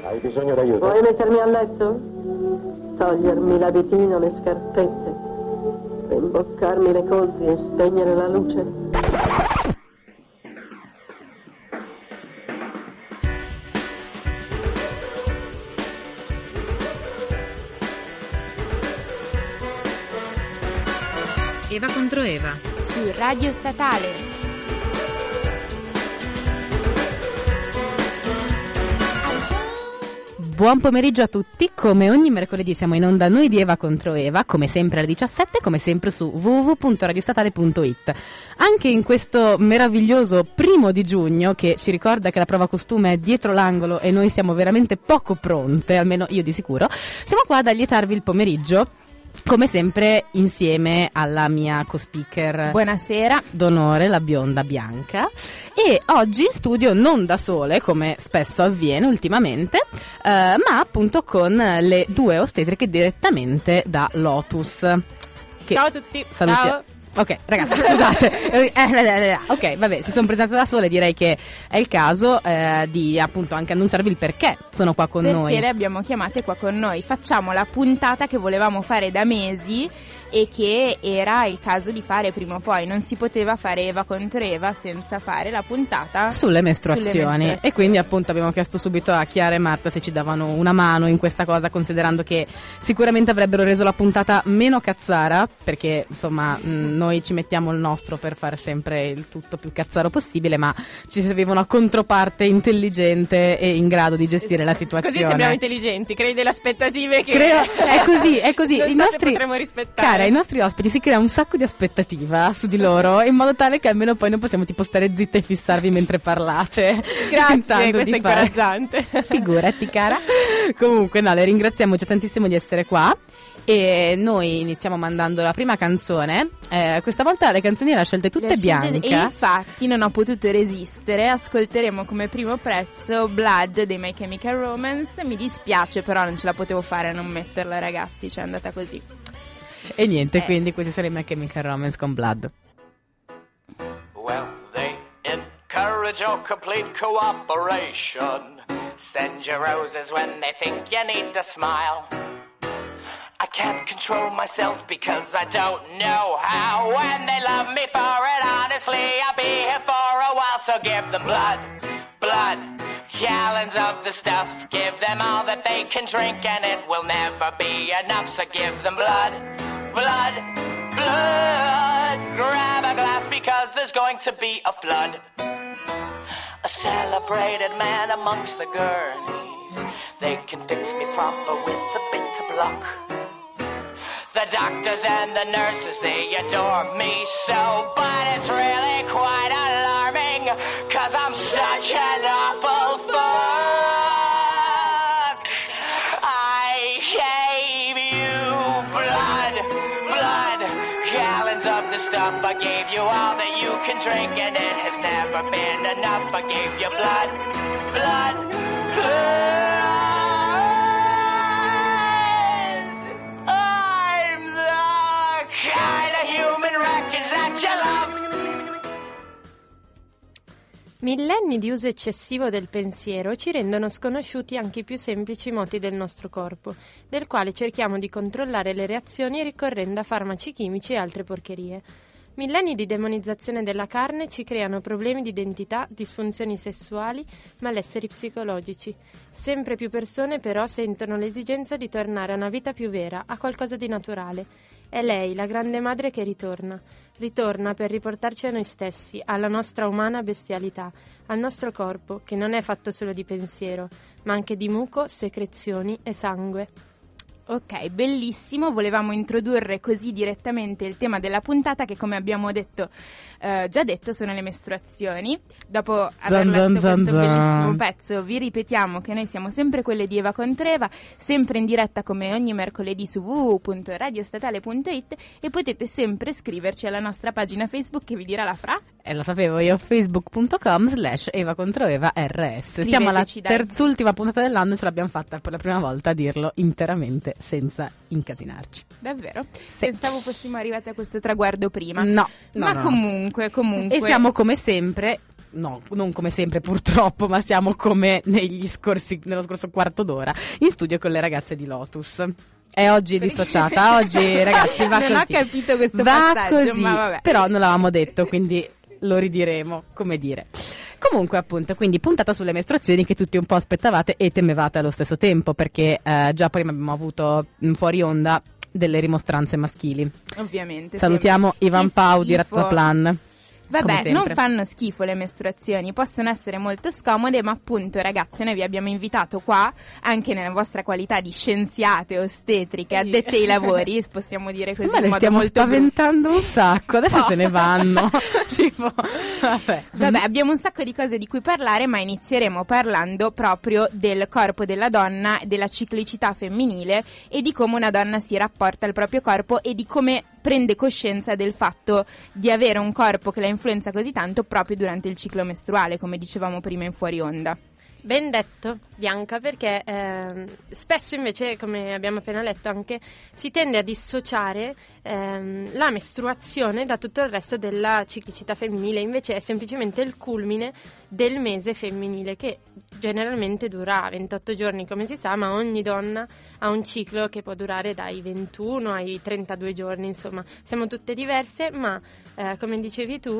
Hai bisogno d'aiuto? Vuoi mettermi a letto? Togliermi l'abitino, le scarpette, rimboccarmi le coltri e spegnere la luce? Eva contro Eva su Radio Statale. Buon pomeriggio a tutti, come ogni mercoledì siamo in onda noi di Eva contro Eva, come sempre alle 17, come sempre su www.radiostatale.it. Anche in questo meraviglioso 1 di giugno, che ci ricorda che la prova costume è dietro l'angolo e noi siamo veramente poco pronte, almeno io di sicuro, siamo qua ad allietarvi il pomeriggio, come sempre insieme alla mia co-speaker buonasera d'onore, la bionda Bianca, e oggi in studio non da sole come spesso avviene ultimamente, ma appunto con le due ostetriche direttamente da Lotus. Ciao a tutti. Ciao. Ok, ragazzi, scusate. Ok, vabbè, si sono presentate da sole, direi che è il caso di appunto anche annunciarvi il perché sono qua con noi. Perché le abbiamo chiamate qua con noi. Facciamo la puntata che volevamo fare da mesi e che era il caso di fare prima o poi. Non si poteva fare Eva contro Eva senza fare la puntata sulle mestruazioni. E quindi appunto abbiamo chiesto subito a Chiara e Marta se ci davano una mano in questa cosa, considerando che sicuramente avrebbero reso la puntata meno cazzara, perché insomma noi ci mettiamo il nostro per fare sempre il tutto più cazzaro possibile, ma ci serviva una controparte intelligente e in grado di gestire la situazione. Così sembriamo intelligenti, crei delle aspettative che è così. Non so se potremo rispettare. Ai nostri ospiti si crea un sacco di aspettativa su di loro, in modo tale che almeno poi non possiamo tipo stare zitte e fissarvi mentre parlate. Grazie, questo è incoraggiante. Figurati, cara. Comunque no, le ringraziamo già tantissimo di essere qua e noi iniziamo mandando la prima canzone. Questa volta le canzoni le ha scelte tutte Bianca. E infatti non ho potuto resistere, ascolteremo come primo pezzo Blood dei My Chemical Romance. Mi dispiace, però non ce la potevo fare a non metterla, ragazzi, c'è andata così. E niente, quindi questi sono i My Chemical Romance con Blood. Well, they encourage your complete cooperation. Send you roses when they think you need to smile. I can't control myself because I don't know how. When they love me for it, honestly, I'll be here for a while. So give them blood, blood, gallons of the stuff. Give them all that they can drink and it will never be enough. So give them blood, blood, blood. Grab a glass because there's going to be a flood. A celebrated man amongst the gurneys. They can fix me proper with a bit of luck. The doctors and the nurses, they adore me so, but it's really quite alarming, 'cause I'm such an awful fuck. I gave you blood, blood, gallons of the stuff. I gave you all that you can drink and it has never been enough. I gave you blood, blood, blood. Millenni di uso eccessivo del pensiero ci rendono sconosciuti anche i più semplici moti del nostro corpo, del quale cerchiamo di controllare le reazioni ricorrendo a farmaci chimici e altre porcherie. Millenni di demonizzazione della carne ci creano problemi di identità, disfunzioni sessuali, malesseri psicologici. Sempre più persone però sentono l'esigenza di tornare a una vita più vera, a qualcosa di naturale. È lei, la grande madre, che ritorna. Ritorna per riportarci a noi stessi, alla nostra umana bestialità, al nostro corpo, che non è fatto solo di pensiero, ma anche di muco, secrezioni e sangue. Ok, bellissimo, volevamo introdurre così direttamente il tema della puntata che, come abbiamo già detto, sono le mestruazioni. Dopo aver letto questo bellissimo pezzo vi ripetiamo che noi siamo sempre quelle di Eva contro Eva, sempre in diretta come ogni mercoledì su www.radiostatale.it, e potete sempre scriverci alla nostra pagina Facebook che vi dirà la Fra. Lo sapevo io, facebook.com/Eva contro Eva RS. Siamo alla terz'ultima puntata dell'anno e ce l'abbiamo fatta per la prima volta a dirlo interamente senza incasinarci. Davvero? Sì. Pensavo fossimo arrivati a questo traguardo prima. No. Ma comunque. E siamo come sempre no, non come sempre purtroppo, ma siamo come nello scorso quarto d'ora in studio con le ragazze di Lotus. È oggi dissociata, oggi ragazzi va non così. ho capito questo va passaggio, così, ma vabbè. però non l'avevamo detto, quindi lo ridiremo, come dire. Comunque appunto, quindi puntata sulle mestruazioni che tutti un po' aspettavate e temevate allo stesso tempo, perché già prima abbiamo avuto fuori onda delle rimostranze maschili. Ovviamente. Salutiamo Ivan Che Pau di schifo. Razaplan. Vabbè, non fanno schifo le mestruazioni, possono essere molto scomode, ma appunto ragazze noi vi abbiamo invitato qua, anche nella vostra qualità di scienziate, ostetriche, addette ai lavori, possiamo dire così. Ma le in modo stiamo molto spaventando un sacco, adesso se ne vanno. Tipo, Vabbè, abbiamo un sacco di cose di cui parlare, ma inizieremo parlando proprio del corpo della donna, della ciclicità femminile e di come una donna si rapporta al proprio corpo e di come prende coscienza del fatto di avere un corpo che la influenza così tanto proprio durante il ciclo mestruale, come dicevamo prima in fuori onda. Ben detto, Bianca, perché spesso invece, come abbiamo appena letto anche, si tende a dissociare la mestruazione da tutto il resto della ciclicità femminile, invece è semplicemente il culmine del mese femminile, che generalmente dura 28 giorni, come si sa, ma ogni donna ha un ciclo che può durare dai 21 ai 32 giorni, insomma, siamo tutte diverse, ma come dicevi tu,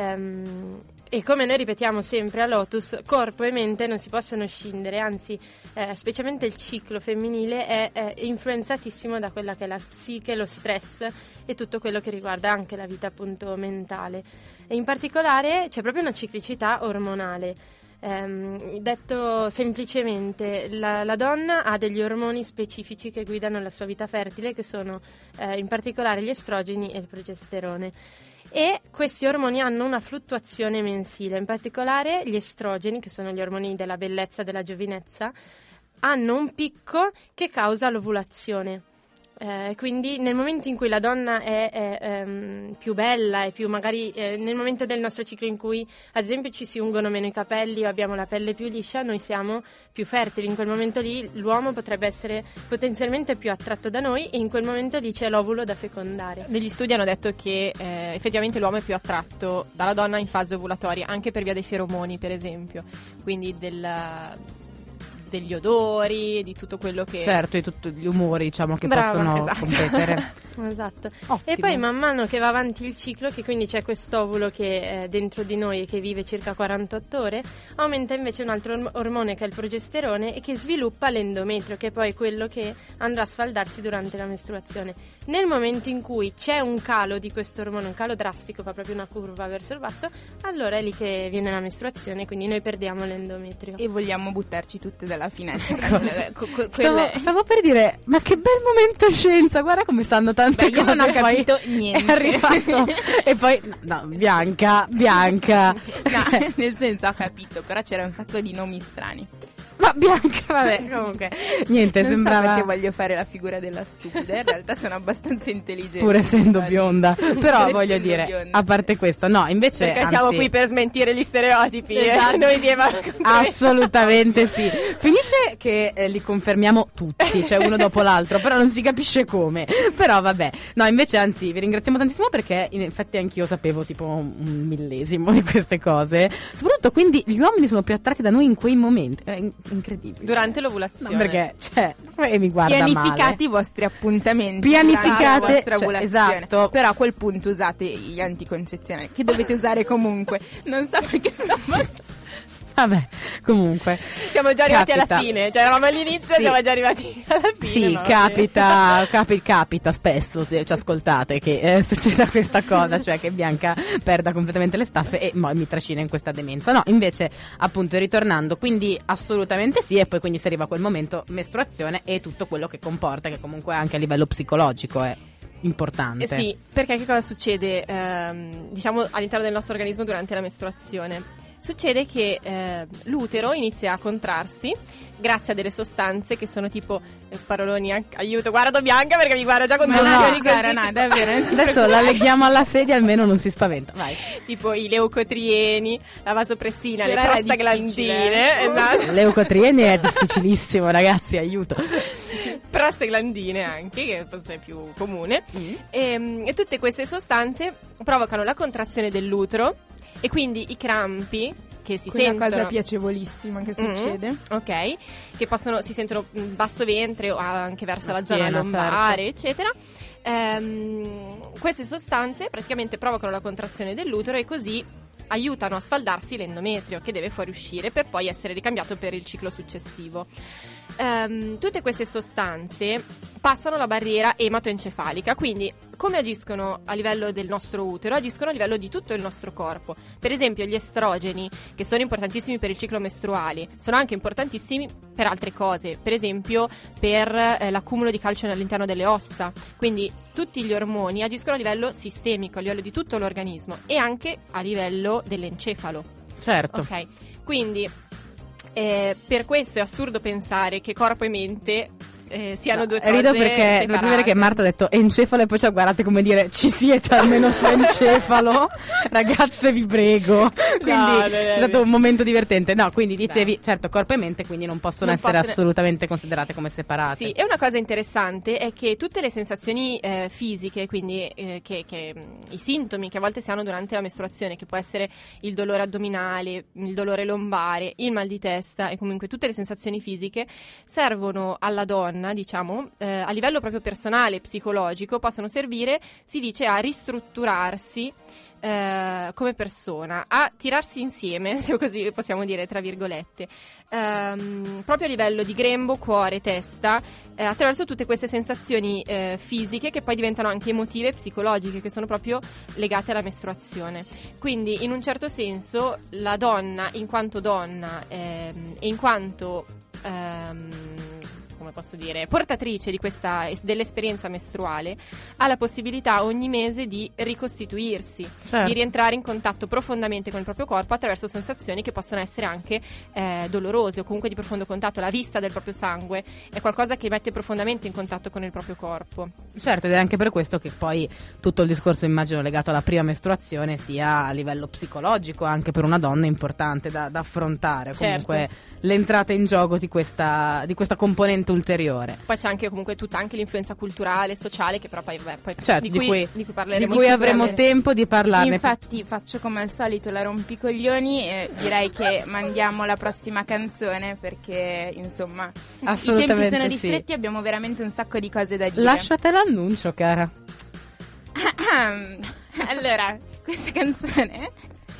e come noi ripetiamo sempre a Lotus, corpo e mente non si possono scindere, anzi specialmente il ciclo femminile è influenzatissimo da quella che è la psiche, lo stress e tutto quello che riguarda anche la vita appunto mentale, e in particolare c'è proprio una ciclicità ormonale. Detto semplicemente, la donna ha degli ormoni specifici che guidano la sua vita fertile, che sono in particolare gli estrogeni e il progesterone. E questi ormoni hanno una fluttuazione mensile, in particolare gli estrogeni, che sono gli ormoni della bellezza, della giovinezza, hanno un picco che causa l'ovulazione. Quindi nel momento in cui la donna è più bella e più magari nel momento del nostro ciclo in cui ad esempio ci si ungono meno i capelli o abbiamo la pelle più liscia, noi siamo più fertili. In quel momento lì l'uomo potrebbe essere potenzialmente più attratto da noi e in quel momento lì c'è l'ovulo da fecondare. Negli studi hanno detto che effettivamente l'uomo è più attratto dalla donna in fase ovulatoria, anche per via dei feromoni, per esempio, quindi degli odori, di tutto quello che... Certo, di tutti gli umori, diciamo, che Brava, possono esatto. competere. Esatto. Ottimo. E poi man mano che va avanti il ciclo, che quindi c'è quest'ovulo che è dentro di noi e che vive circa 48 ore, aumenta invece un altro ormone che è il progesterone e che sviluppa l'endometrio, che è poi quello che andrà a sfaldarsi durante la mestruazione. Nel momento in cui c'è un calo di questo ormone, un calo drastico, fa proprio una curva verso il basso, allora è lì che viene la mestruazione, quindi noi perdiamo l'endometrio. E vogliamo buttarci tutte dalla finestra. Stavo per dire, ma che bel momento scienza, guarda come stanno tante Beh, io cose. non ho capito poi niente. È arrivato e poi no, Bianca. No, nel senso ho capito, però c'era un sacco di nomi strani. Ma Bianca, vabbè, comunque niente, Non sembrava so perché voglio fare la figura della stupida, in realtà sono abbastanza intelligente. pur essendo bionda, però Pur voglio essendo dire, bionda. a parte questo, no, invece Perché anzi, siamo qui per smentire gli stereotipi, Esatto. noi di Eva. assolutamente sì. Finisce che li confermiamo tutti, cioè uno dopo l'altro, però non si capisce come. Però vabbè. No, invece anzi, vi ringraziamo tantissimo perché in effetti anch'io sapevo tipo un millesimo di queste cose. Soprattutto quindi gli uomini sono più attratti da noi in quei momenti. È incredibile. Durante No, l'ovulazione. perché cioè mi guarda Pianificati male. i vostri appuntamenti, Pianificate, durante la vostra cioè, ovulazione. esatto. Però a quel punto usate gli anticoncezionali che dovete usare comunque. Non so perché sto Vabbè, comunque Siamo già arrivati capita. alla fine, cioè eravamo all'inizio e Sì. siamo già arrivati alla fine. Sì, ma capita spesso, se ci ascoltate, che succeda questa cosa, cioè che Bianca perda completamente le staffe e mi trascina in questa demenza. No, invece, appunto, ritornando, quindi assolutamente sì, e poi quindi si arriva a quel momento mestruazione e tutto quello che comporta, che comunque anche a livello psicologico è importante. Sì, perché che cosa succede, diciamo, all'interno del nostro organismo durante la mestruazione? Succede che l'utero inizia a contrarsi grazie a delle sostanze che sono tipo paroloni, aiuto, guarda Bianca perché mi guarda già con Ma dei no, occhioni cara, così, no, tipo- davvero, non ti Adesso la preoccupare. leghiamo alla sedia, almeno non si spaventa. Vai. tipo i leucotrieni, la vasopressina, le Però era prostaglandine, esatto. Leucotrieni è difficilissimo, ragazzi, aiuto. Prostaglandine anche, che forse è più comune, e tutte queste sostanze provocano la contrazione dell'utero E quindi i crampi che si Quella sentono, cosa piacevolissima che succede. ok, che si sentono basso ventre o anche verso la zona schiena, lombare, eccetera. Queste sostanze praticamente provocano la contrazione dell'utero e così aiutano a sfaldarsi l'endometrio, che deve fuoriuscire per poi essere ricambiato per il ciclo successivo. Tutte queste sostanze passano la barriera ematoencefalica, quindi come agiscono a livello del nostro utero, agiscono a livello di tutto il nostro corpo. Per esempio gli estrogeni, che sono importantissimi per il ciclo mestruale, sono anche importantissimi per altre cose, per esempio per l'accumulo di calcio all'interno delle ossa. Quindi tutti gli ormoni agiscono a livello sistemico, a livello di tutto l'organismo e anche a livello dell'encefalo. Certo. Ok, quindi per questo è assurdo pensare che corpo e mente siano due cose rido perché separate. dovete vedere che Marta ha detto encefalo e poi ci ha guardate come dire ci siete almeno su encefalo ragazze vi prego, quindi è stato un momento divertente. No, quindi dicevi certo corpo e mente quindi non possono essere assolutamente considerate come separate. Sì, e una cosa interessante è che tutte le sensazioni fisiche, quindi che i sintomi che a volte si hanno durante la mestruazione, che può essere il dolore addominale, il dolore lombare, il mal di testa e comunque tutte le sensazioni fisiche, servono alla donna, diciamo, a livello proprio personale, psicologico, possono servire, si dice, a ristrutturarsi come persona, a tirarsi insieme, se così possiamo dire, tra virgolette, proprio a livello di grembo, cuore, testa, attraverso tutte queste sensazioni fisiche che poi diventano anche emotive e psicologiche, che sono proprio legate alla mestruazione. Quindi in un certo senso la donna, in quanto donna e in quanto come posso dire, portatrice di dell'esperienza mestruale, ha la possibilità ogni mese di ricostituirsi, di rientrare in contatto profondamente con il proprio corpo attraverso sensazioni che possono essere anche dolorose o comunque di profondo contatto. La vista del proprio sangue è qualcosa che mette profondamente in contatto con il proprio corpo. Certo, ed è anche per questo che poi tutto il discorso, immagino, legato alla prima mestruazione sia a livello psicologico anche per una donna importante da affrontare, comunque l'entrata in gioco di questa componente ulteriore. Poi c'è anche comunque tutta anche l'influenza culturale, sociale, che però poi certo, di cui parleremo, di cui avremo tempo di parlarne. Infatti faccio come al solito la rompicoglioni e direi che mandiamo la prossima canzone perché insomma i tempi sono ristretti, abbiamo veramente un sacco di cose da dire. Lasciate l'annuncio, cara. Allora, questa canzone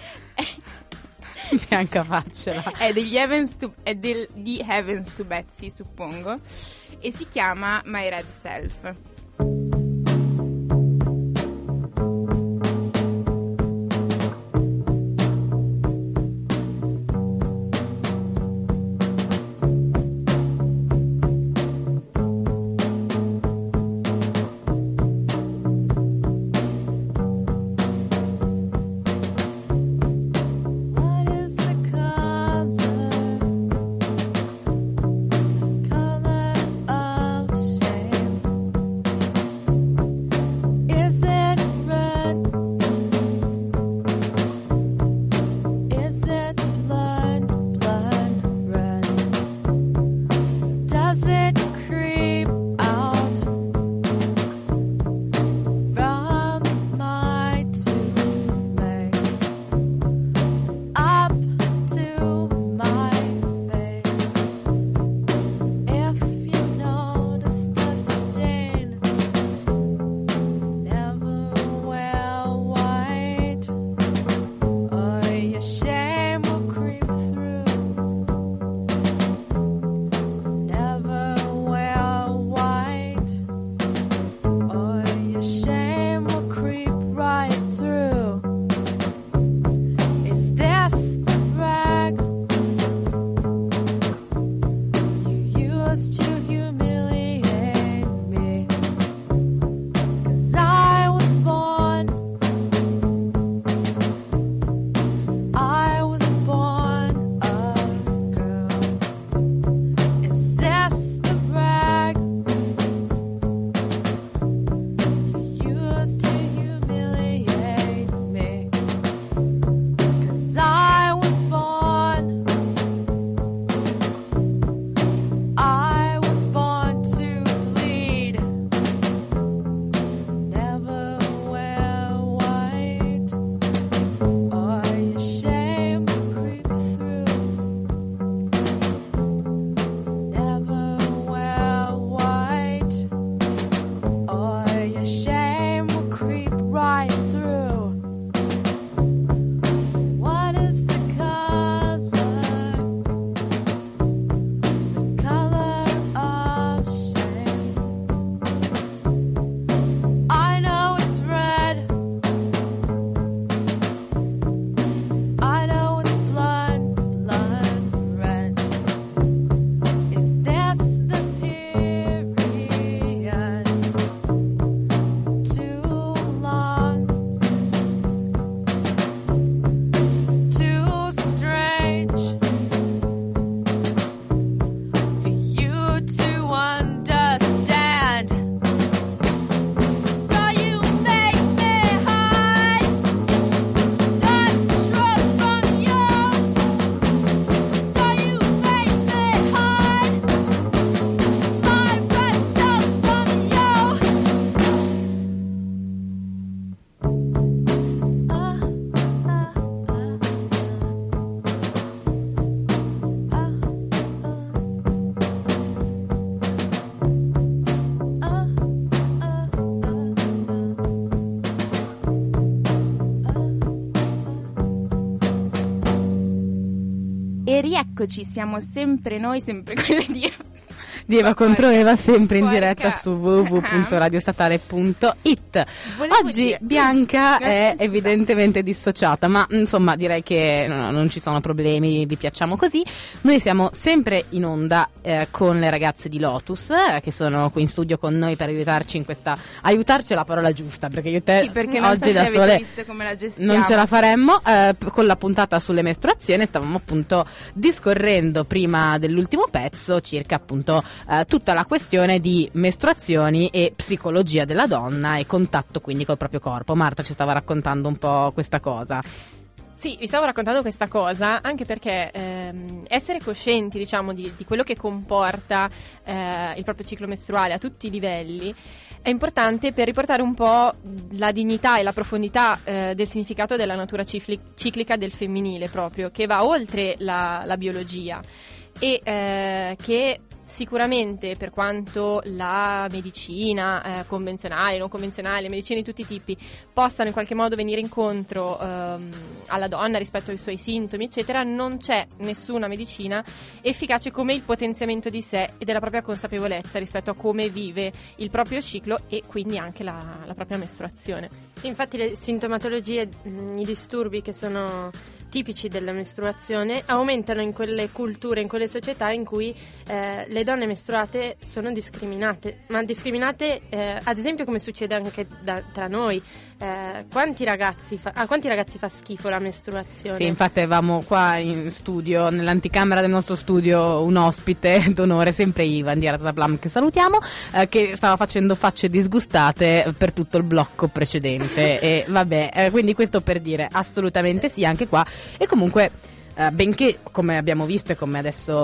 Bianca faccela. È degli Heavens to Betsy, suppongo, e si chiama My Red Self. E rieccoci, siamo sempre noi, sempre quelle di Eva contro Eva, sempre in diretta su www.radiostatale.it. Oggi Bianca è evidentemente dissociata, ma insomma direi che non ci sono problemi, vi piacciamo così. Noi siamo sempre in onda con le ragazze di Lotus, che sono qui in studio con noi per aiutarci in questa... Aiutarci è la parola giusta, perché io e te perché non oggi so da se sole visto come la gestiamo. non ce la faremmo. Con la puntata sulle mestruazioni stavamo appunto discorrendo prima dell'ultimo pezzo circa appunto tutta la questione di mestruazioni e psicologia della donna e contatto quindi col proprio corpo. Marta ci stava raccontando un po' questa cosa. Sì, vi stavo raccontando questa cosa anche perché essere coscienti, diciamo, di quello che comporta il proprio ciclo mestruale a tutti i livelli è importante per riportare un po' la dignità e la profondità del significato della natura ciclica del femminile proprio, che va oltre la biologia e che sicuramente, per quanto la medicina convenzionale, non convenzionale, medicine di tutti i tipi possano in qualche modo venire incontro alla donna rispetto ai suoi sintomi eccetera, non c'è nessuna medicina efficace come il potenziamento di sé e della propria consapevolezza rispetto a come vive il proprio ciclo e quindi anche la propria mestruazione. Infatti le sintomatologie, i disturbi che sono tipici della mestruazione aumentano in quelle culture, in quelle società in cui le donne mestruate sono discriminate, ma discriminate ad esempio come succede anche tra noi. Quanti ragazzi fa schifo la mestruazione? Sì, infatti avevamo qua in studio, nell'anticamera del nostro studio, un ospite d'onore, sempre Ivan di Arataplam, che salutiamo, che stava facendo facce disgustate per tutto il blocco precedente e vabbè, quindi questo per dire assolutamente sì anche qua. E comunque benché, come abbiamo visto e come adesso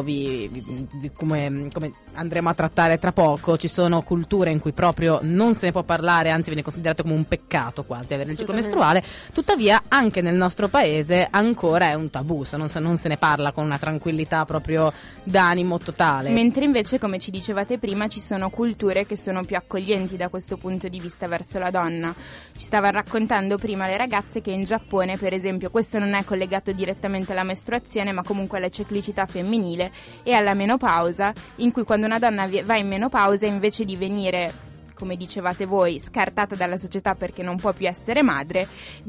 come andremo a trattare tra poco, ci sono culture in cui proprio non se ne può parlare, anzi viene considerato come un peccato quasi avere il ciclo mestruale, tuttavia anche nel nostro paese ancora è un tabù, non se ne parla con una tranquillità proprio d'animo totale. Mentre invece, come ci dicevate prima, ci sono culture che sono più accoglienti da questo punto di vista verso la donna. Ci stava raccontando prima le ragazze che in Giappone, per esempio, questo non è collegato direttamente alla mestruazione, ma comunque alla ciclicità femminile e alla menopausa, in cui quando una donna va in menopausa, invece di venire, come dicevate voi, scartata dalla società perché non può più essere madre,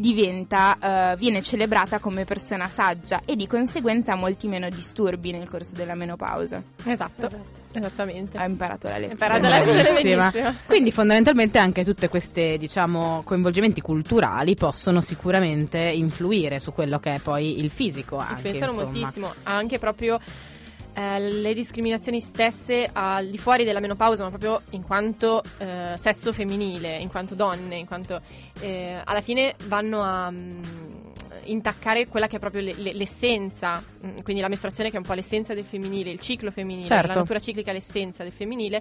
viene celebrata come persona saggia e di conseguenza ha molti meno disturbi nel corso della menopausa. Esatto. Esattamente. Ha imparato la lezione. Benissimo. Quindi fondamentalmente anche tutte queste, diciamo, coinvolgimenti culturali possono sicuramente influire su quello che è poi il fisico anche. Influenzano insomma. moltissimo, anche proprio le discriminazioni stesse al di fuori della menopausa, ma proprio in quanto sesso femminile, in quanto donne, in quanto alla fine vanno a intaccare quella che è proprio l'essenza, quindi la mestruazione che è un po' l'essenza del femminile, il ciclo femminile, certo. La natura ciclica è l'essenza del femminile,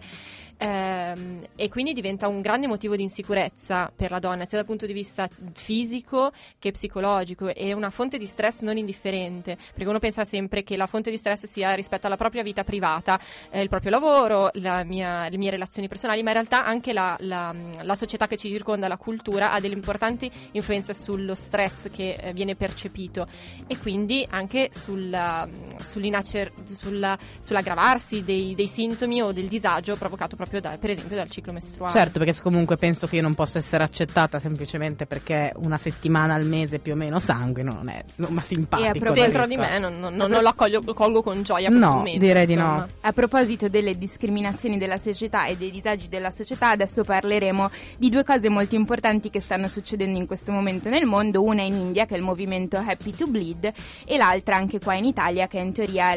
e quindi diventa un grande motivo di insicurezza per la donna, sia dal punto di vista fisico che psicologico, e una fonte di stress non indifferente, perché uno pensa sempre che la fonte di stress sia rispetto alla propria vita privata, il proprio lavoro, le mie relazioni personali, ma in realtà anche la società che ci circonda, la cultura, ha delle importanti influenze sullo stress che viene percepito e quindi anche sull'aggravarsi dei sintomi o del disagio provocato proprio per esempio dal ciclo mestruale. Certo, perché comunque penso che io non possa essere accettata semplicemente perché una settimana al mese più o meno sangue non è simpatico. Dentro di me non lo colgo con gioia questo momento. Direi insomma. di no. A proposito delle discriminazioni della società e dei disagi della società, adesso parleremo di due cose molto importanti che stanno succedendo in questo momento nel mondo. Una in India, che è il movimento Happy to Bleed, e l'altra anche qua in Italia, che è in teoria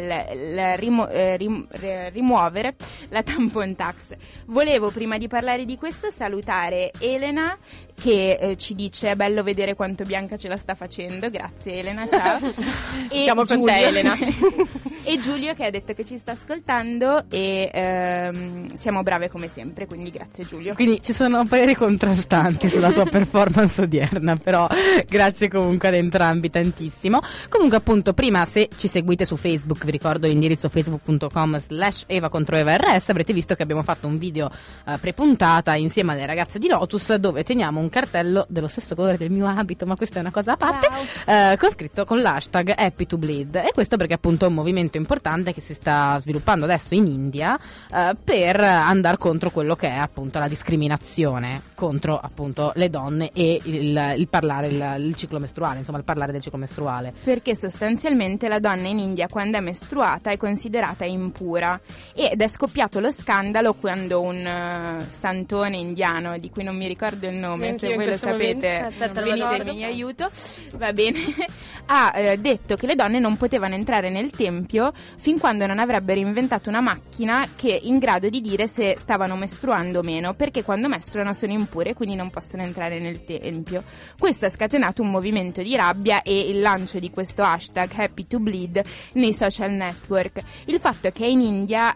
rimuovere la tampon tax. Volevo, prima di parlare di questo, salutare Elena, che ci dice: è bello vedere quanto Bianca ce la sta facendo. Grazie Elena, ciao. E siamo con te, Elena. E Giulio, che ha detto che ci sta ascoltando, e siamo brave come sempre, quindi grazie Giulio. Quindi ci sono pareri contrastanti sulla tua performance odierna, però grazie comunque ad entrambi. entrambi tantissimo. Comunque appunto, prima, se ci seguite su Facebook, vi ricordo l'indirizzo facebook.com/EvaControEvaRS, avrete visto che abbiamo fatto un video prepuntata insieme alle ragazze di Lotus, dove teniamo un cartello dello stesso colore del mio abito, ma questa è una cosa a parte, con scritto con l'hashtag Happy to Bleed. E questo perché appunto è un movimento importante che si sta sviluppando adesso in India, per andare contro quello che è appunto la discriminazione contro appunto le donne e il parlare il ciclo mestruale, insomma il parlare del ciclo mestruale. Perché sostanzialmente la donna in India, quando è mestruata, è considerata impura, ed è scoppiato lo scandalo quando un santone indiano, di cui non mi ricordo il nome, se voi lo sapete venitemi in aiuto, va bene, ha detto che le donne non potevano entrare nel tempio fin quando non avrebbero inventato una macchina che è in grado di dire se stavano mestruando o meno, perché quando mestruano sono impure e quindi non possono entrare nel tempio. Questo ha scatenato un movimento di rabbia e il lancio di questo hashtag Happy to Bleed nei social network. Il fatto è che in India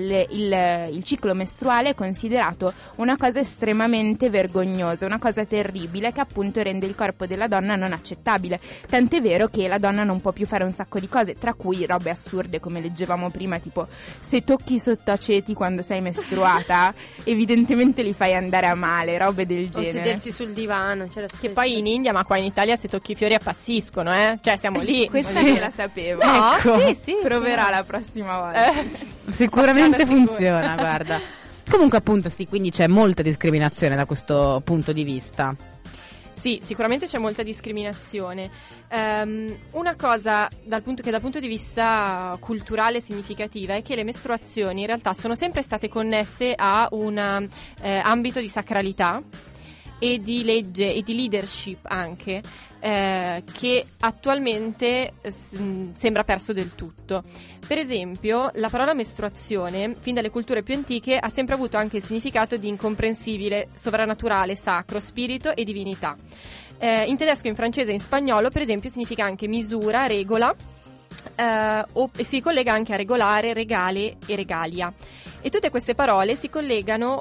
il ciclo mestruale è considerato una cosa estremamente vergognosa, una cosa terribile, che appunto rende il corpo della donna non accettabile, tant'è vero che la donna non può più fare un sacco di cose, tra cui robe assurde come leggevamo prima, tipo se tocchi i sottaceti quando sei mestruata evidentemente li fai andare a male, robe del genere. O sedersi sul divano, che poi in India, ma qua in Italia se tocchi i fiori appassiscono, cioè siamo lì. Questa non la sapevo. No, ecco. sì, proverà la prossima volta. Sicuramente funziona, guarda. Comunque appunto sì, quindi c'è molta discriminazione da questo punto di vista. Sì, sicuramente c'è molta discriminazione. Una cosa dal punto di vista culturale significativa è che le mestruazioni in realtà sono sempre state connesse a un ambito di sacralità e di legge e di leadership anche, che attualmente sembra perso del tutto. Per esempio, la parola mestruazione, fin dalle culture più antiche, ha sempre avuto anche il significato di incomprensibile, sovrannaturale, sacro, spirito e divinità. In tedesco, in francese e in spagnolo, per esempio, significa anche misura, regola, o si collega anche a regolare, regale e regalia. E tutte queste parole si collegano,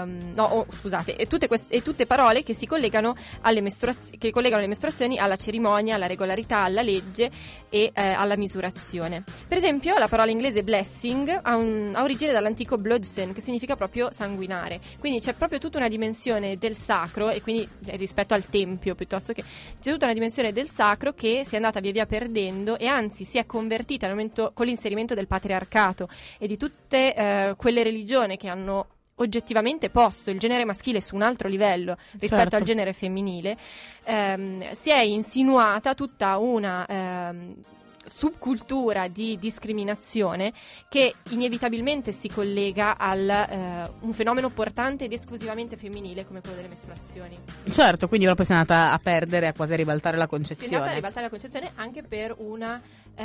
tutte parole che si collegano che collegano le mestruazioni alla cerimonia, alla regolarità, alla legge e alla misurazione. Per esempio, la parola inglese blessing ha origine dall'antico bloodstain, che significa proprio sanguinare. Quindi c'è proprio tutta una dimensione del sacro, e quindi rispetto al tempio piuttosto che c'è tutta una dimensione del sacro che si è andata via via perdendo, e anzi si è convertita nel momento, con l'inserimento del patriarcato e di tutte quelle religioni che hanno oggettivamente posto il genere maschile su un altro livello rispetto al genere femminile. Si è insinuata tutta una subcultura di discriminazione che inevitabilmente si collega al un fenomeno portante ed esclusivamente femminile come quello delle mestruazioni. Certo, quindi proprio si è andata a perdere, a quasi a ribaltare la concezione. Si è andata a ribaltare la concezione anche per una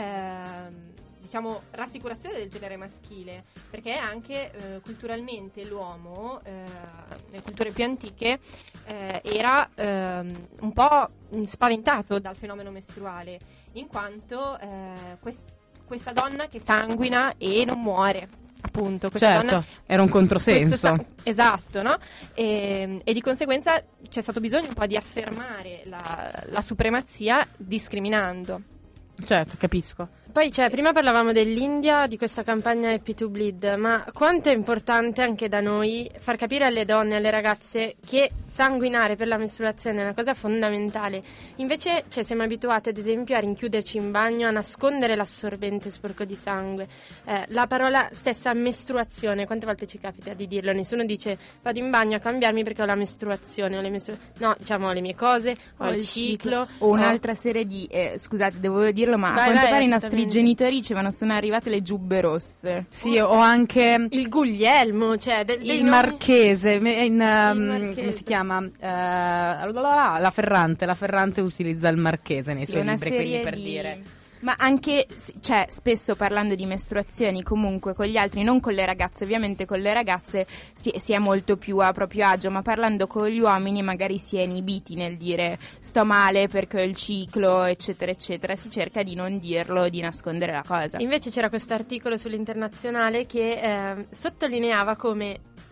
rassicurazione del genere maschile, perché anche culturalmente l'uomo nelle culture più antiche era un po' spaventato dal fenomeno mestruale, in quanto questa donna che sanguina e non muore, appunto. Certo, donna, era un controsenso. Esatto, no? E di conseguenza c'è stato bisogno un po' di affermare la supremazia discriminando. Certo, capisco. Poi, prima parlavamo dell'India, di questa campagna Happy to Bleed, ma quanto è importante anche da noi far capire alle donne, alle ragazze, che sanguinare per la mestruazione è una cosa fondamentale. Invece, siamo abituate, ad esempio, a rinchiuderci in bagno, a nascondere l'assorbente sporco di sangue. La parola stessa mestruazione, quante volte ci capita di dirlo? Nessuno dice vado in bagno a cambiarmi perché ho la mestruazione, no, diciamo ho le mie cose, ho il ciclo. O un'altra serie di, scusate, devo dirlo, ma a quanto pare i nostri genitori dicevano sono arrivate le giubbe rosse. Sì, o anche il Guglielmo, il Marchese, come si chiama? La Ferrante utilizza il Marchese nei suoi libri, quindi per dire. Ma anche, spesso parlando di mestruazioni comunque con gli altri, non con le ragazze, ovviamente con le ragazze si è molto più a proprio agio, ma parlando con gli uomini magari si è inibiti nel dire sto male perché ho il ciclo, eccetera eccetera, si cerca di non dirlo, di nascondere la cosa. Invece c'era questo articolo sull'Internazionale che sottolineava come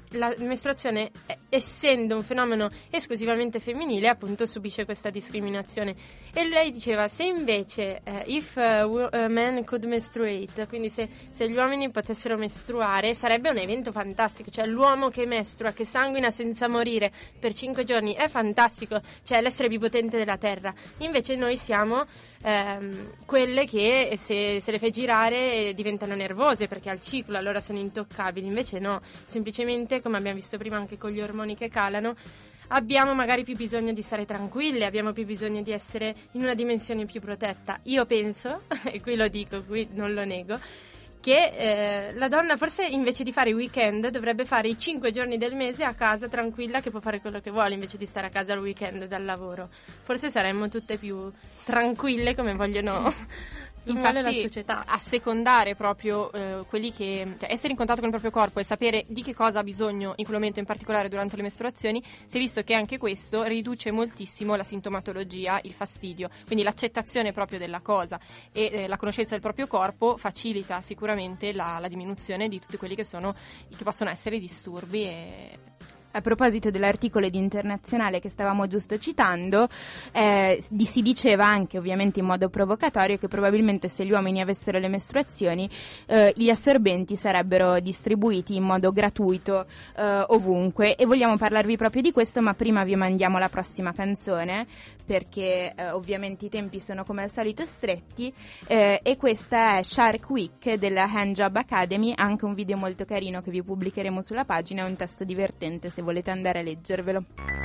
la mestruazione, essendo un fenomeno esclusivamente femminile, appunto subisce questa discriminazione. E lei diceva, se invece if men could menstruate, quindi se gli uomini potessero mestruare, sarebbe un evento fantastico, cioè l'uomo che mestrua, che sanguina senza morire per 5 giorni è fantastico, cioè l'essere più potente della terra. Invece noi siamo quelle che se le fai girare diventano nervose perché al ciclo, allora sono intoccabili. Invece no, semplicemente, come abbiamo visto prima anche con gli ormoni che calano, abbiamo magari più bisogno di stare tranquille, abbiamo più bisogno di essere in una dimensione più protetta. Io penso, e qui lo dico, qui non lo nego, che la donna forse invece di fare i weekend dovrebbe fare i 5 giorni del mese a casa tranquilla, che può fare quello che vuole invece di stare a casa al weekend dal lavoro. Forse saremmo tutte più tranquille come vogliono infatti la società. Assecondare proprio quelli che, cioè essere in contatto con il proprio corpo e sapere di che cosa ha bisogno in quel momento, in particolare durante le mestruazioni, si è visto che anche questo riduce moltissimo la sintomatologia, il fastidio, quindi l'accettazione proprio della cosa e la conoscenza del proprio corpo facilita sicuramente la diminuzione di tutti quelli che possono essere disturbi. E a proposito dell'articolo di Internazionale che stavamo giusto citando, si diceva anche, ovviamente in modo provocatorio, che probabilmente se gli uomini avessero le mestruazioni gli assorbenti sarebbero distribuiti in modo gratuito ovunque, e vogliamo parlarvi proprio di questo, ma prima vi mandiamo la prossima canzone perché ovviamente i tempi sono come al solito stretti, e questa è Shark Week della Handjob Academy, anche un video molto carino che vi pubblicheremo sulla pagina, è un testo divertente se volete andare a leggervelo.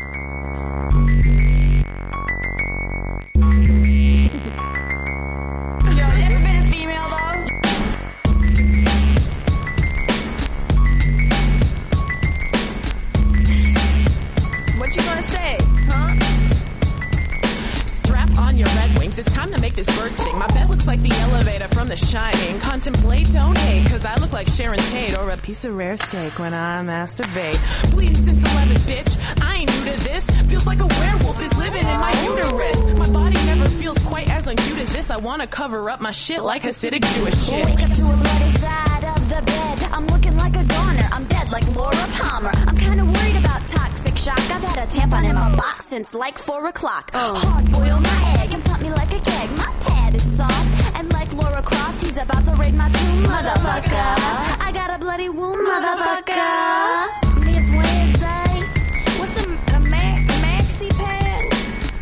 It's time to make this bird sing. My bed looks like the elevator from The Shining. Contemplate, don't hate, cause I look like Sharon Tate or a piece of rare steak when I masturbate. Bleeding since 11, bitch, I ain't new to this. Feels like a werewolf is living in my uterus. My body never feels quite as uncute as this. I wanna cover up my shit like Hasidic Jewish shit. Wake up to a bloody side of the bed. I'm looking like a goner, I'm dead like Laura Palmer. I'm kinda worried about toxic shock. I've had a tampon in my box since like 4 o'clock. Hard boil my egg and pump me like a keg. My pad is soft, and like Laura Croft, he's about to raid my tomb, motherfucker. I got a bloody wound, motherfucker. It's Wednesday. What's a maxi pad?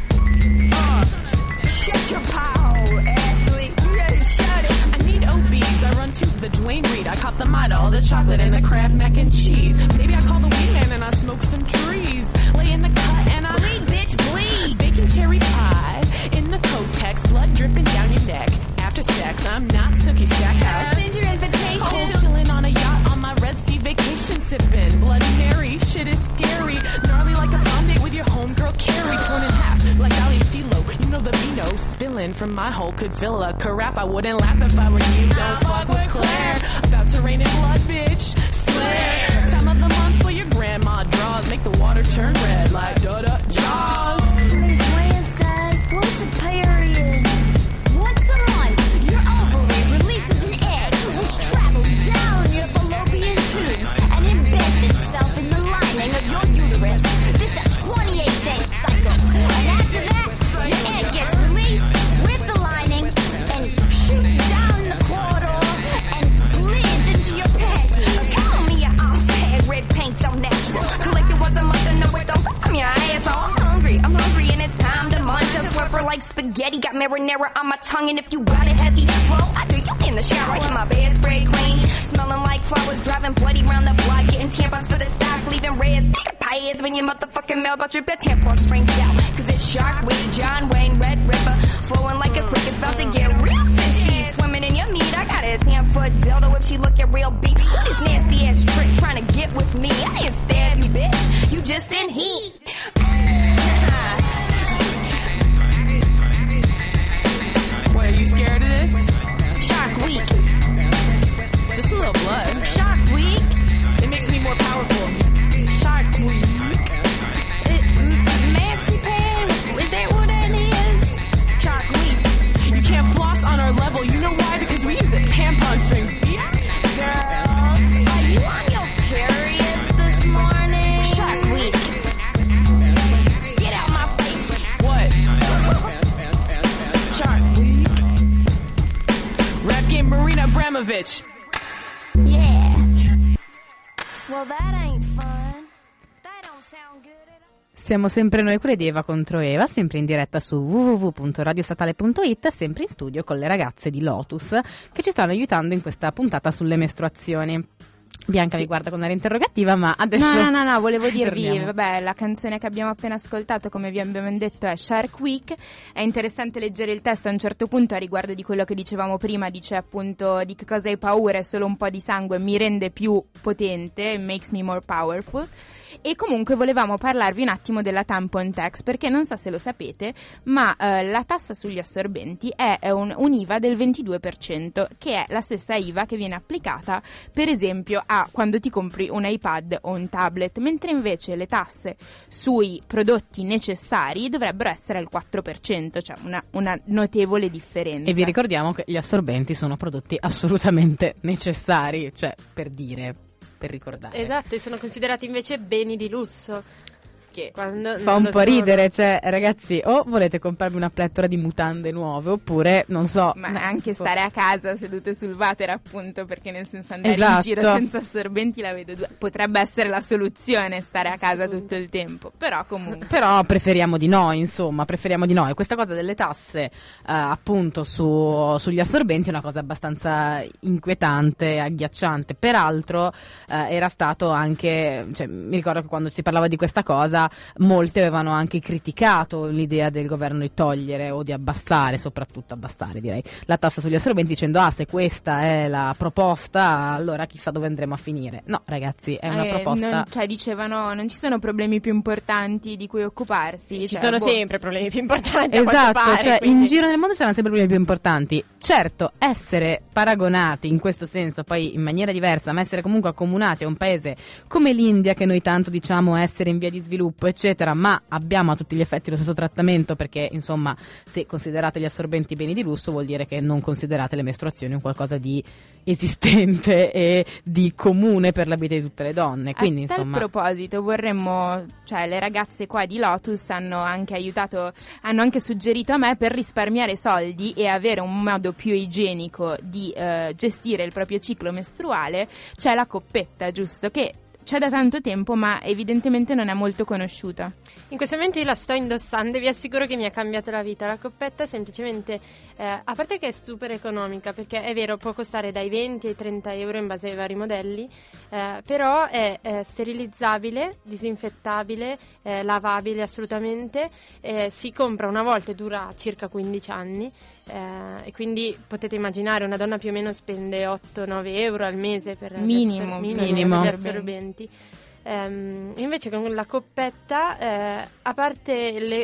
Shut your pie hole, Ashley. You gotta shut it. I need OBs. I run to the Dwayne Reed. I cop the Midol, the chocolate, and the Kraft mac and cheese. Maybe I call the weed man and I smoke some trees. Lay in the cut and I bleed, bitch, bleed. Bacon cherry pie in the Kotex, blood dripping down your neck. After sex, I'm not Silky Stackhouse. Send your invitation. Oh, chilling on a yacht on my Red Sea vacation, sipping Bloody Mary. Shit is scary. Gnarly like a prom date with your homegirl Carrie. Torn in half like Ali Stilo. You know the vino spilling from my hole could fill a carafe. I wouldn't laugh if I were you. Don't fuck with Claire. About to rain in blood, bitch. Slare. Time of the month for your grandma draws. Make the water turn red like da-da Jaws. It's Wednesday. What's a period? Once a month, your ovary releases an egg, which travels down your fallopian tubes and embeds itself in the lining of your uterus. This is a 28-day cycle. And after that, your egg gets released with the lining and shoots down the corridor and bleeds into your panties. Tell me you're off-pad, red paint so natural. Collected once a month and no, it don't come from your asshole. I'm hungry and it's time to munch. I slurper like spaghetti, got marinara on my tongue. And if you got a heavy flow, I do you in the shower. Get my bed spray clean, smelling like flowers, driving bloody round the block, getting tampons for the stock, leaving red sticker pads when your motherfucking mailbox rip that tampon strings out. Cause it's Shark Week, John Wayne, Red Ripper, flowing like a creek, it's about to get real fishy. Swimming in your meat, I got a 10-foot dildo if she looking real beat. What is nasty ass trick trying to get with me? I didn't stab you, bitch, you just in heat. What, are you scared of this? Shark Week. It's just a little blood. Shark Week. It makes me more powerful. Shark Week. Maxi pad. Is that what that is? Shark Week. You can't floss on our level. You know why? Because we use a tampon string. Girl, are you on your periods this month? Marina Abramovich. Yeah. Well, that ain't fun. That don't sound good at all. Siamo sempre noi, quelle di Eva contro Eva, sempre in diretta su www.radiostatale.it, sempre in studio con le ragazze di Lotus che ci stanno aiutando in questa puntata sulle mestruazioni. Bianca mi guarda con un'aria interrogativa, ma adesso No, volevo dirvi, torniamo. vabbè, la canzone che abbiamo appena ascoltato, come vi abbiamo detto, è Shark Week. È interessante leggere il testo a un certo punto a riguardo di quello che dicevamo prima, dice appunto di che cosa hai paura, è solo un po' di sangue, mi rende più potente, makes me more powerful. E comunque volevamo parlarvi un attimo della tampon tax, perché non so se lo sapete, ma la tassa sugli assorbenti è un IVA del 22%, che è la stessa IVA che viene applicata per esempio a quando ti compri un iPad o un tablet, mentre invece le tasse sui prodotti necessari dovrebbero essere al 4%, cioè una notevole differenza. E vi ricordiamo che gli assorbenti sono prodotti assolutamente necessari, cioè per ricordare. Esatto, e sono considerati invece beni di lusso. Che quando Fa un po' ridere, cioè ragazzi, o volete comprarmi una plettora di mutande nuove oppure non so, Ma anche stare a casa sedute sul water, appunto, perché nel senso andare in Esatto. giro senza assorbenti la vedo potrebbe essere la soluzione, stare a casa tutto il tempo, però comunque Però preferiamo di no, insomma, E questa cosa delle tasse appunto sugli assorbenti è una cosa abbastanza inquietante, agghiacciante. Peraltro era stato anche, cioè, mi ricordo che quando si parlava di questa cosa molti avevano anche criticato l'idea del governo di togliere o di abbassare, soprattutto abbassare direi, la tassa sugli assorbenti, dicendo se questa è la proposta allora chissà dove andremo a finire. No ragazzi, è una proposta, cioè dicevano non ci sono problemi più importanti di cui occuparsi, Ci cioè, sono sempre problemi più importanti. a esatto, quanto pare, cioè quindi. in giro nel mondo c'erano sempre problemi più importanti. Certo, essere paragonati in questo senso, poi in maniera diversa, ma essere comunque accomunati a un paese come l'India, che noi tanto diciamo essere in via di sviluppo eccetera, ma abbiamo a tutti gli effetti lo stesso trattamento, perché insomma se considerate gli assorbenti beni di lusso vuol dire che non considerate le mestruazioni un qualcosa di esistente e di comune per la vita di tutte le donne. Quindi a tal insomma proposito vorremmo, cioè le ragazze qua di Lotus hanno anche suggerito a me, per risparmiare soldi e avere un modo più igienico di gestire il proprio ciclo mestruale, c'è la coppetta, giusto? Che c'è da tanto tempo ma evidentemente non è molto conosciuta. In questo momento io la sto indossando e vi assicuro che mi ha cambiato la vita. La coppetta è semplicemente, a parte che è super economica, perché è vero, può costare dai 20 ai 30 euro in base ai vari modelli, però è sterilizzabile, disinfettabile, lavabile assolutamente, si compra una volta e dura circa 15 anni. E quindi potete immaginare una donna più o meno spende 8-9 euro al mese per Minimo. gli assorbenti. Invece con la coppetta, a parte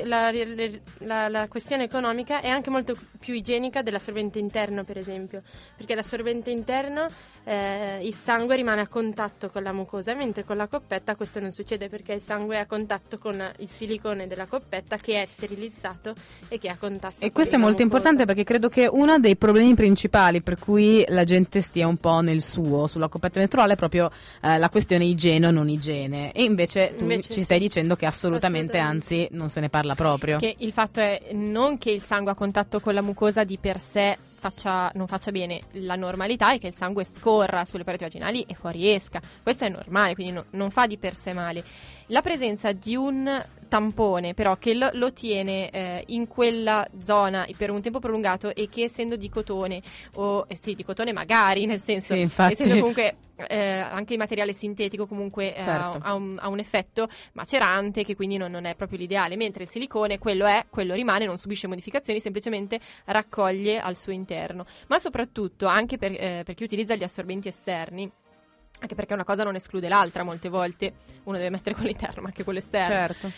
la questione economica, è anche molto più igienica dell'assorbente interno, per esempio, perché l'assorbente interno il sangue rimane a contatto con la mucosa, mentre con la coppetta questo non succede, perché il sangue è a contatto con il silicone della coppetta, che è sterilizzato e che è a contatto e con questo è la molto mucosa. importante, perché credo che uno dei problemi principali per cui la gente stia un po' sulla coppetta mestruale è proprio la questione igiene o non igiene. E invece tu Invece ci sì. stai dicendo che assolutamente, anzi non se ne parla proprio. Che il fatto è non che il sangue a contatto con la mucosa di per sé non faccia bene, la normalità è che il sangue scorra sulle pareti vaginali e fuoriesca. Questo è normale, quindi non fa di per sé male. La presenza di un tampone però che lo tiene in quella zona per un tempo prolungato, e che essendo di cotone di cotone magari, nel senso, Sì, infatti. essendo comunque anche il materiale sintetico comunque Certo. ha un effetto macerante, che quindi non è proprio l'ideale, mentre il silicone quello rimane, non subisce modificazioni, semplicemente raccoglie al suo interno. Ma soprattutto anche per chi utilizza gli assorbenti esterni, anche perché una cosa non esclude l'altra, molte volte uno deve mettere quello interno ma anche quello esterno, Certo.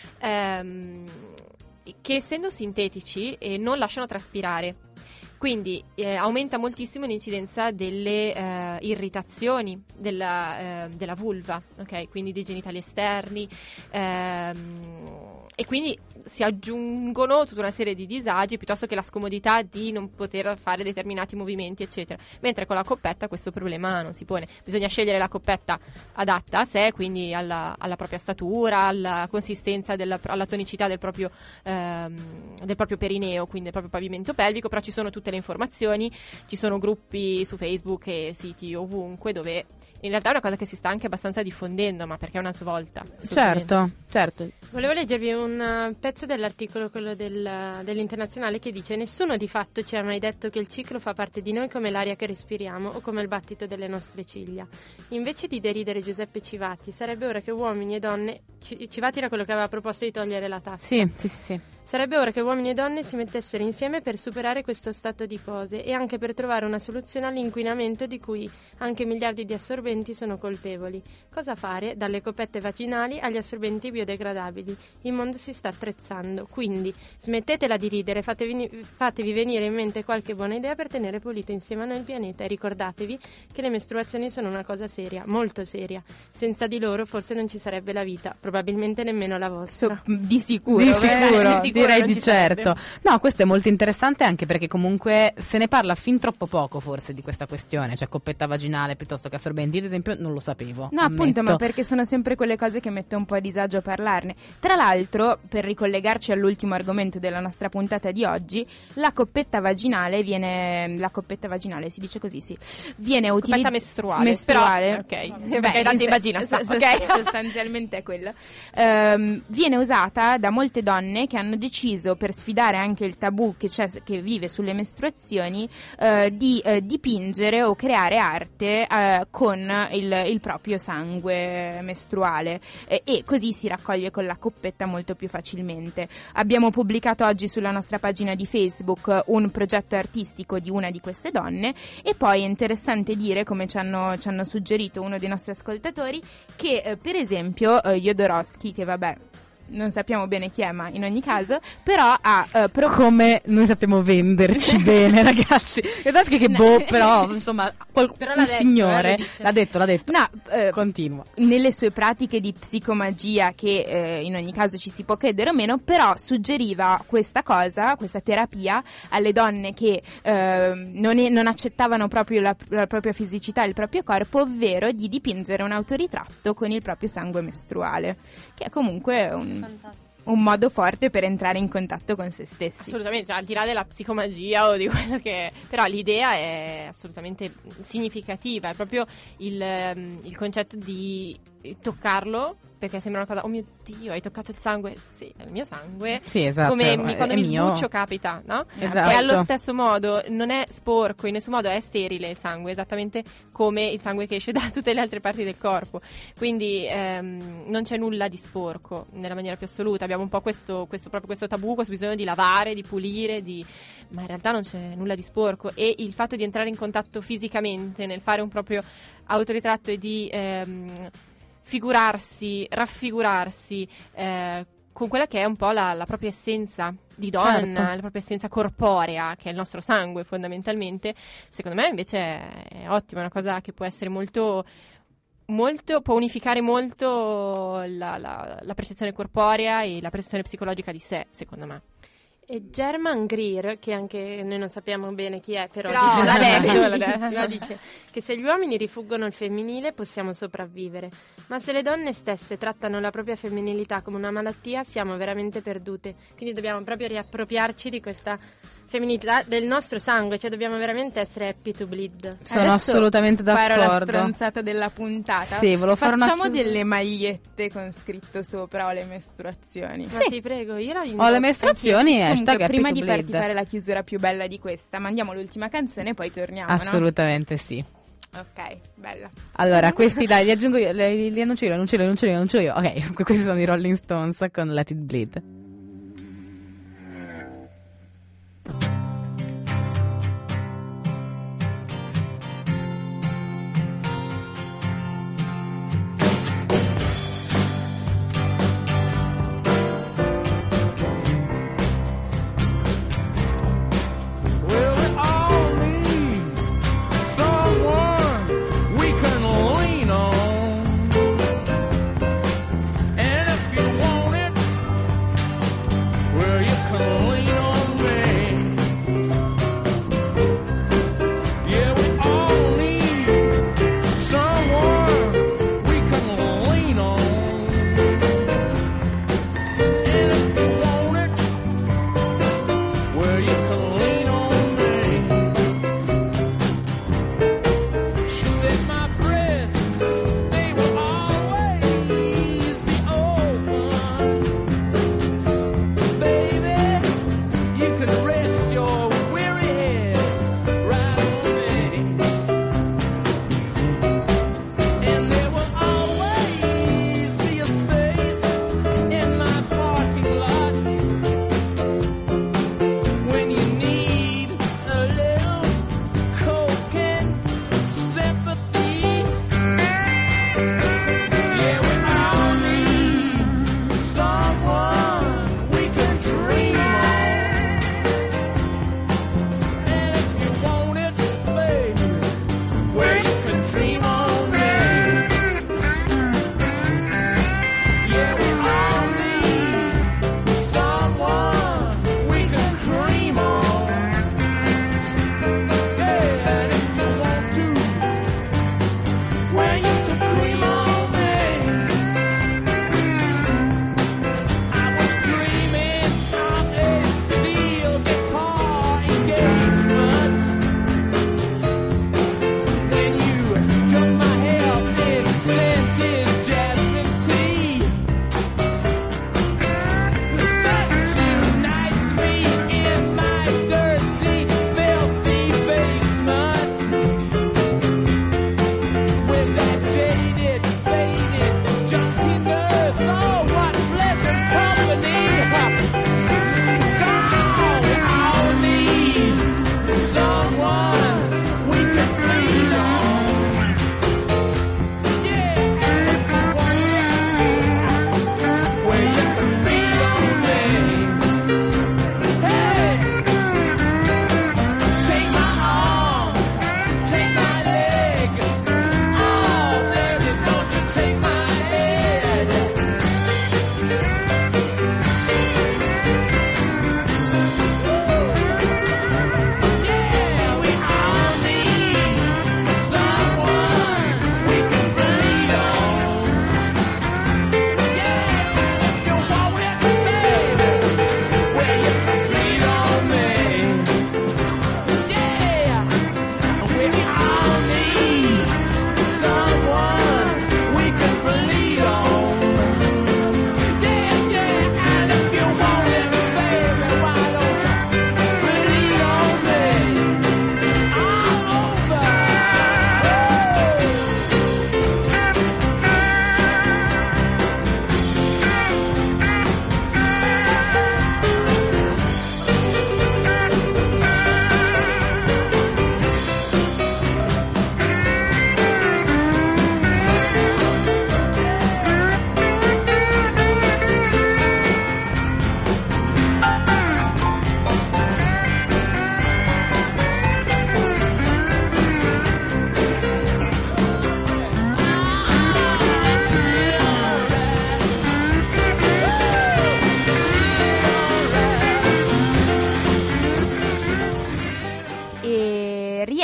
che essendo sintetici non lasciano traspirare, quindi aumenta moltissimo l'incidenza delle irritazioni della vulva, ok? Quindi dei genitali esterni, e quindi si aggiungono tutta una serie di disagi piuttosto che la scomodità di non poter fare determinati movimenti, eccetera. Mentre con la coppetta questo problema non si pone. Bisogna scegliere la coppetta adatta a sé, quindi alla propria statura, alla consistenza, alla tonicità del proprio perineo, quindi del proprio pavimento pelvico, però ci sono tutte le informazioni, ci sono gruppi su Facebook e siti ovunque dove in realtà è una cosa che si sta anche abbastanza diffondendo, ma perché è una svolta. Certo. Volevo leggervi un pezzo dell'articolo, quello dell'Internazionale, che dice: nessuno di fatto ci ha mai detto che il ciclo fa parte di noi come l'aria che respiriamo o come il battito delle nostre ciglia. Invece di deridere Giuseppe Civati, sarebbe ora che uomini e donne... Civati era quello che aveva proposto di togliere la tassa. Sì. Sarebbe ora che uomini e donne si mettessero insieme per superare questo stato di cose e anche per trovare una soluzione all'inquinamento di cui anche miliardi di assorbenti sono colpevoli. Cosa fare? Dalle coppette vaginali agli assorbenti biodegradabili. Il mondo si sta attrezzando, quindi smettetela di ridere, fatevi venire in mente qualche buona idea per tenere pulito insieme a noi il pianeta e ricordatevi che le mestruazioni sono una cosa seria, molto seria. Senza di loro forse non ci sarebbe la vita, probabilmente nemmeno la vostra. Di sicuro. Direi di certo. No, questo è molto interessante anche perché comunque se ne parla fin troppo poco forse di questa questione, cioè coppetta vaginale piuttosto che assorbenti, ad esempio non lo sapevo. No, appunto, ma perché sono sempre quelle cose che mette un po' a disagio a parlarne. Tra l'altro, per ricollegarci all'ultimo argomento della nostra puntata di oggi, la coppetta vaginale si dice così, sì, viene utilizzata mestruale. Però, ok. Perché tante vagina sostanzialmente è quello. Viene usata da molte donne che hanno deciso, per sfidare anche il tabù che vive sulle mestruazioni, di dipingere o creare arte con il proprio sangue mestruale e così si raccoglie con la coppetta molto più facilmente. Abbiamo pubblicato oggi sulla nostra pagina di Facebook un progetto artistico di una di queste donne e poi è interessante dire, come ci hanno suggerito uno dei nostri ascoltatori, che per esempio Jodorowsky, che vabbè non sappiamo bene chi è, ma in ogni caso però ha come noi sappiamo venderci bene, ragazzi. Però insomma però un signore l'ha detto. No, continua nelle sue pratiche di psicomagia, che in ogni caso ci si può credere o meno, però suggeriva questa terapia alle donne che non accettavano proprio la propria fisicità, il proprio corpo, ovvero di dipingere un autoritratto con il proprio sangue mestruale, che è comunque un modo forte per entrare in contatto con se stessi. Assolutamente, cioè, al di là della psicomagia o di quello che... Però l'idea è assolutamente significativa, è proprio il concetto di toccarlo, perché sembra una cosa, oh mio Dio, hai toccato il sangue? Sì, è il mio sangue. Sì, esatto. Come quando mi sbuccio capita, no? Esatto. E allo stesso modo non è sporco, in nessun modo è sterile il sangue, esattamente come il sangue che esce da tutte le altre parti del corpo. Quindi non c'è nulla di sporco nella maniera più assoluta. Abbiamo un po' questo tabù, questo bisogno di lavare, di pulire, ma in realtà non c'è nulla di sporco. E il fatto di entrare in contatto fisicamente nel fare un proprio autoritratto e di raffigurarsi con quella che è un po' la propria essenza di donna, certo, la propria essenza corporea, che è il nostro sangue fondamentalmente, secondo me invece è ottima, è una cosa che può essere molto, può unificare molto la percezione corporea e la percezione psicologica di sé, secondo me. E German Greer, che anche noi non sappiamo bene chi è, però dice che se gli uomini rifuggono il femminile possiamo sopravvivere, ma se le donne stesse trattano la propria femminilità come una malattia siamo veramente perdute. Quindi dobbiamo proprio riappropriarci di questa femminilità del nostro sangue, cioè dobbiamo veramente essere happy to bleed. Sono Adesso assolutamente d'accordo. Sparo la stronzata della puntata. Sì, facciamo delle magliette con scritto sopra "ho le mestruazioni". Ma ti prego, io ho le mestruazioni, hashtag happy prima to di bleed. farti fare la chiusura più bella di questa, mandiamo l'ultima canzone e poi torniamo, assolutamente no? Sì. Ok, bella. Allora, questi dai, li aggiungo io, li annuncio io. Ok, questi sono i Rolling Stones con Let It Bleed.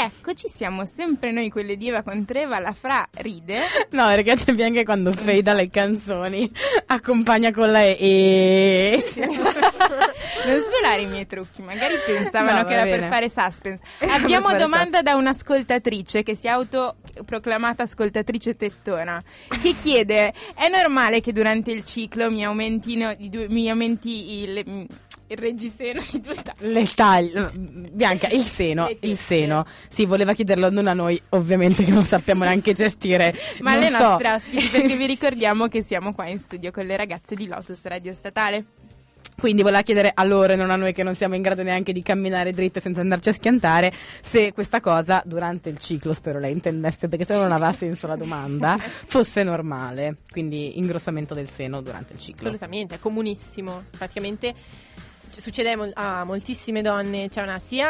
Rieccoci, siamo sempre noi, quelle di Eva contro Eva, la Fra ride. No, perché c'è anche quando fade le canzoni, accompagna con la E. Non svelare i miei trucchi, magari pensavano No, che era va bene. per fare suspense. Abbiamo fare domanda da un'ascoltatrice che si è autoproclamata ascoltatrice tettona, che chiede: è normale che durante il ciclo mi aumenti il reggiseno di 2 tagli? Bianca, il seno. Sì, voleva chiederlo non a noi, ovviamente, che non sappiamo neanche gestire. Ma non alle so. nostre ospiti, perché vi ricordiamo che siamo qua in studio con le ragazze di Lotus Radio Statale. Quindi voleva chiedere a loro e non a noi, che non siamo in grado neanche di camminare dritte senza andarci a schiantare, se questa cosa durante il ciclo, spero lei intendesse, perché se no non aveva senso la domanda, fosse normale. Quindi ingrossamento del seno durante il ciclo. Assolutamente, è comunissimo. Praticamente succede a moltissime donne, c'è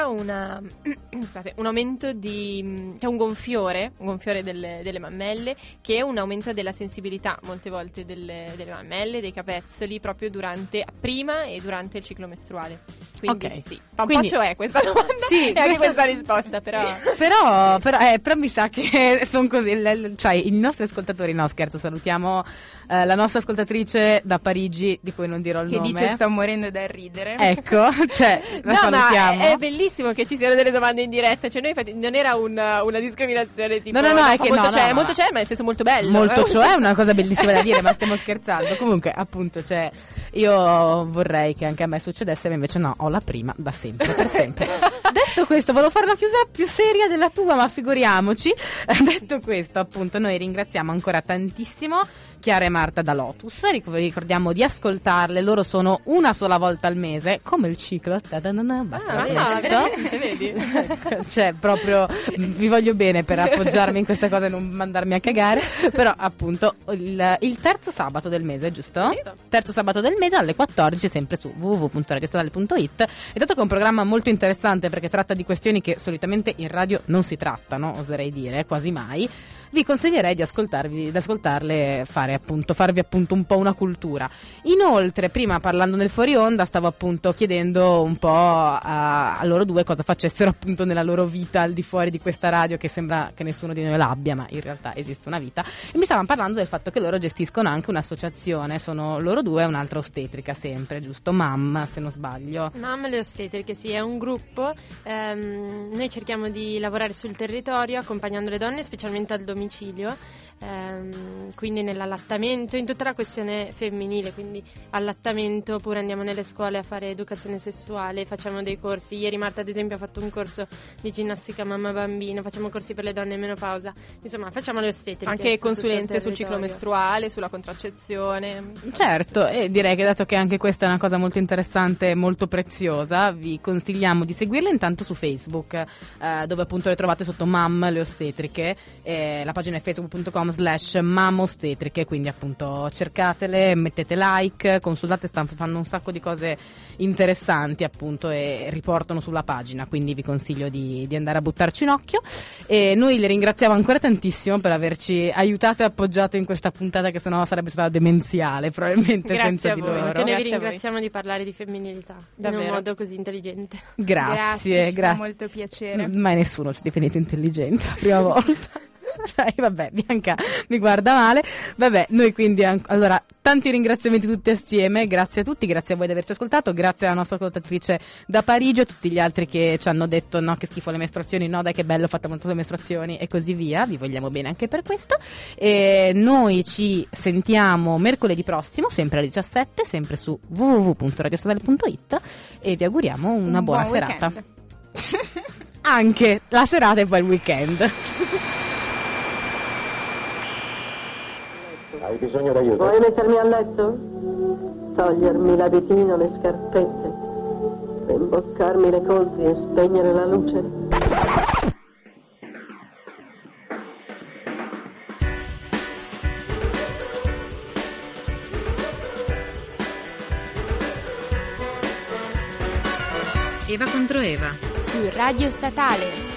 un aumento c'è un gonfiore delle mammelle, che è un aumento della sensibilità molte volte delle mammelle, dei capezzoli, proprio prima e durante il ciclo mestruale. Quindi Ok. sì, fa un Quindi- po' cioè questa domanda Sì, e anche questa risposta, però però mi sa che sono così, cioè i nostri ascoltatori, no scherzo, salutiamo la nostra ascoltatrice da Parigi, di cui non dirò il Che nome. dice: sto morendo da ridere. Ecco, cioè la no, salutiamo. ma è bellissimo che ci siano delle domande in diretta. Cioè, noi infatti non era una discriminazione tipo. No, è che molto no, c'è, no, molto ma- c'è, ma nel senso molto bello. Molto, cioè è una cosa bellissima da dire, ma stiamo scherzando. Comunque, appunto, cioè, io vorrei che anche a me succedesse, ma invece no, ho la prima da sempre, per sempre. Detto questo, volevo fare una chiusura più seria della tua, ma figuriamoci. Detto questo, appunto, noi ringraziamo ancora tantissimo Chiara e Marta da Lotus. Ricordiamo di ascoltarle, loro sono una sola volta al mese, come il ciclo. Basta, veramente, vedi? Cioè, proprio vi voglio bene per appoggiarmi in questa cosa e non mandarmi a cagare. Però, appunto, il terzo sabato del mese, giusto? Terzo sabato del mese alle 14, sempre su www.radiostatale.it. E dato che è un programma molto interessante perché tratta di questioni che solitamente in radio non si trattano, oserei dire, quasi mai, vi consiglierei di ascoltarle, farvi appunto un po' una cultura. Inoltre, prima parlando nel fuori onda, stavo appunto chiedendo un po' a loro due cosa facessero appunto nella loro vita al di fuori di questa radio, che sembra che nessuno di noi l'abbia, ma in realtà esiste una vita. E mi stavano parlando del fatto che loro gestiscono anche un'associazione, sono loro due e un'altra ostetrica sempre, giusto? Mamma, se non sbaglio. Mamma le ostetriche, sì, è un gruppo. Noi cerchiamo di lavorare sul territorio accompagnando le donne, specialmente al domicilio, quindi nell'allattamento, in tutta la questione femminile, quindi allattamento, oppure andiamo nelle scuole a fare educazione sessuale, facciamo dei corsi. Ieri Marta ad esempio ha fatto un corso di ginnastica mamma-bambino, facciamo corsi per le donne in menopausa, insomma facciamo le ostetriche. Anche su tutto il consulenze sul ciclo territorio. mestruale, sulla contraccezione. Certo, e direi che dato che anche questa è una cosa molto interessante e molto preziosa, vi consigliamo di seguirle intanto su Facebook, dove appunto le trovate sotto Mam le ostetriche, la pagina è facebook.com/mamostetriche, quindi appunto cercatele, mettete like, consultate, fanno un sacco di cose interessanti appunto e riportano sulla pagina, quindi vi consiglio di andare a buttarci un occhio. E noi le ringraziamo ancora tantissimo per averci aiutato e appoggiato in questa puntata, che sennò sarebbe stata demenziale probabilmente. Grazie senza a di voi. loro. Anche noi vi Grazie a voi. ringraziamo di parlare di femminilità in Davvero. un modo così intelligente. Grazie, ci fa molto piacere. Mai nessuno ci ha definito intelligente la prima volta. Dai, vabbè, Bianca mi guarda male. Vabbè, noi quindi allora tanti ringraziamenti tutti assieme, grazie a tutti, grazie a voi di averci ascoltato, grazie alla nostra ascoltatrice da Parigi, a tutti gli altri che ci hanno detto no che schifo le mestruazioni, no dai che bello, ho fatto molte mestruazioni e così via. Vi vogliamo bene anche per questo. E noi ci sentiamo mercoledì prossimo, sempre alle 17, sempre su www.radiostatale.it, e vi auguriamo una Un buona buon serata. weekend. Anche la serata e poi il weekend. Hai bisogno d'aiuto? Vuoi mettermi a letto? Togliermi l'abitino, le scarpette, rimboccarmi le coltri e spegnere la luce? Eva contro Eva. Su Radio Statale.